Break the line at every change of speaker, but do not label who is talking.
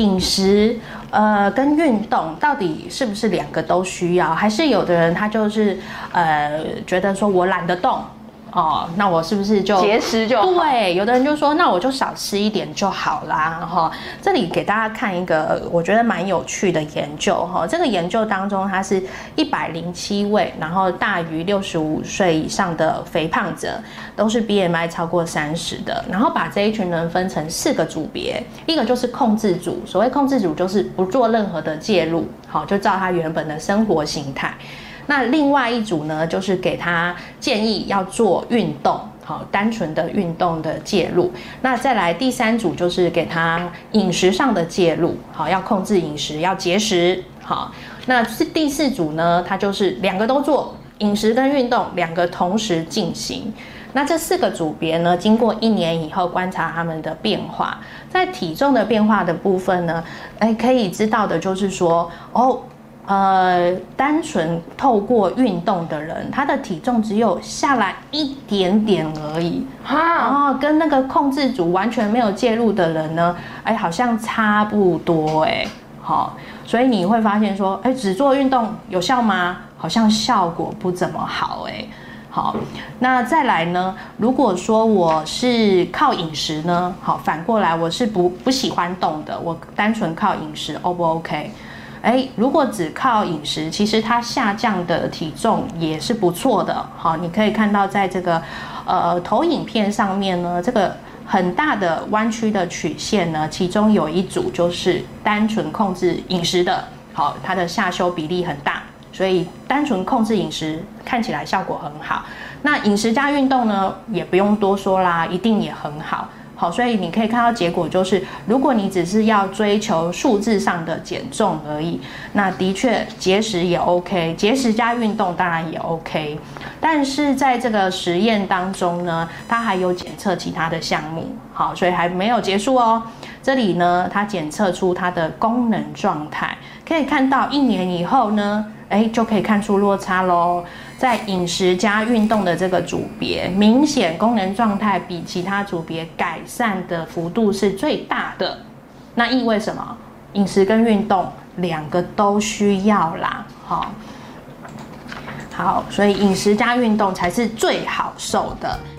饮食跟运动到底是不是两个都需要？还是有的人他就是觉得说我懒得动。哦，那我是不是就
节食就好？
对，有的人就说，那我就少吃一点就好啦。哈，这里给大家看一个我觉得蛮有趣的研究哈。这个研究当中，它是107位，然后大于65岁以上的肥胖者，都是 BMI 超过30的，然后把这一群人分成4个组别，一个就是控制组，所谓控制组就是不做任何的介入，好，就照他原本的生活形态。那另外一组呢，就是给他建议要做运动，好，单纯的运动的介入。那再来第3组就是给他饮食上的介入，好，要控制饮食，要节食，好。那第4组呢，他就是2个都做，饮食跟运动2个同时进行。那这4个组别呢，经过1年以后观察他们的变化，在体重的变化的部分呢，可以知道的就是说，单纯透过运动的人，他的体重只有下来一点点而已，然后跟那个控制组完全没有介入的人呢，好像差不多，好，所以你会发现说，只做运动有效吗？好像效果不怎么好，好，那再来呢？如果说我是靠饮食呢，好，反过来我是不喜欢动的，我单纯靠饮食 ，O 不 OK？如果只靠饮食，其实它下降的体重也是不错的。好，你可以看到在这个投影片上面呢，这个很大的弯曲的曲线呢，其中有一组就是单纯控制饮食的，好，它的下修比例很大，所以单纯控制饮食看起来效果很好。那饮食加运动呢，也不用多说啦，一定也很好。好，所以你可以看到结果就是，如果你只是要追求数字上的减重而已，那的确节食也 OK， 节食加运动当然也 OK。但是在这个实验当中呢，它还有检测其他的项目，好，所以还没有结束哦。这里呢，它检测出它的功能状态，可以看到1年以后呢，就可以看出落差咯。在饮食加运动的这个组别，明显功能状态比其他组别改善的幅度是最大的。那意味什么？饮食跟运动2个都需要啦，好，所以饮食加运动才是最好受的。